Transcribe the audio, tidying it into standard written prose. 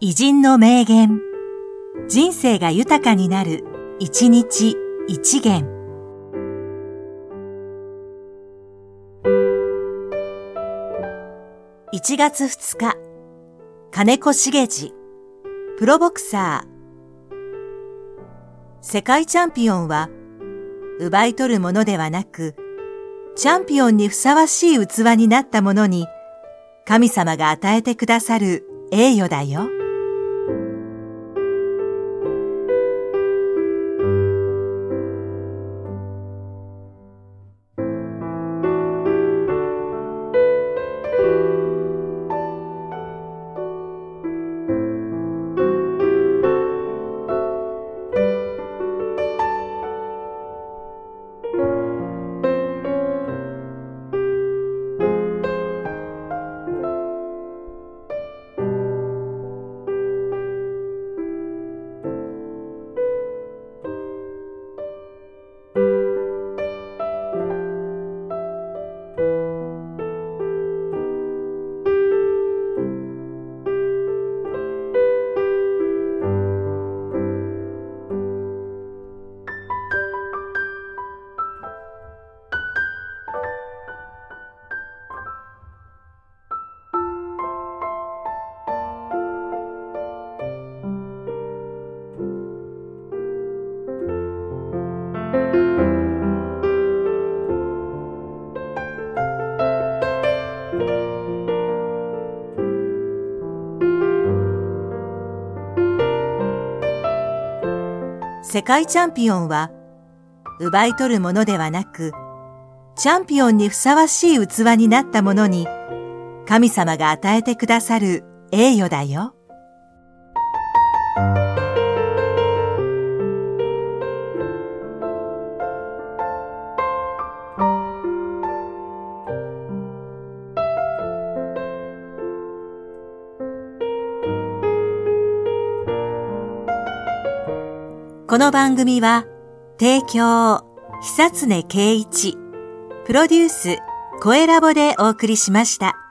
偉人の名言。人生が豊かになる、一日一元。1月2日、金子茂次、プロボクサー。世界チャンピオンは、奪い取るものではなく、チャンピオンにふさわしい器になったものに、神様が与えてくださる栄誉だよ。世界チャンピオンは、奪い取るものではなく、チャンピオンにふさわしい器になったものに、神様が与えてくださる栄誉だよ。この番組は、提供、久常圭一、プロデュース、声ラボでお送りしました。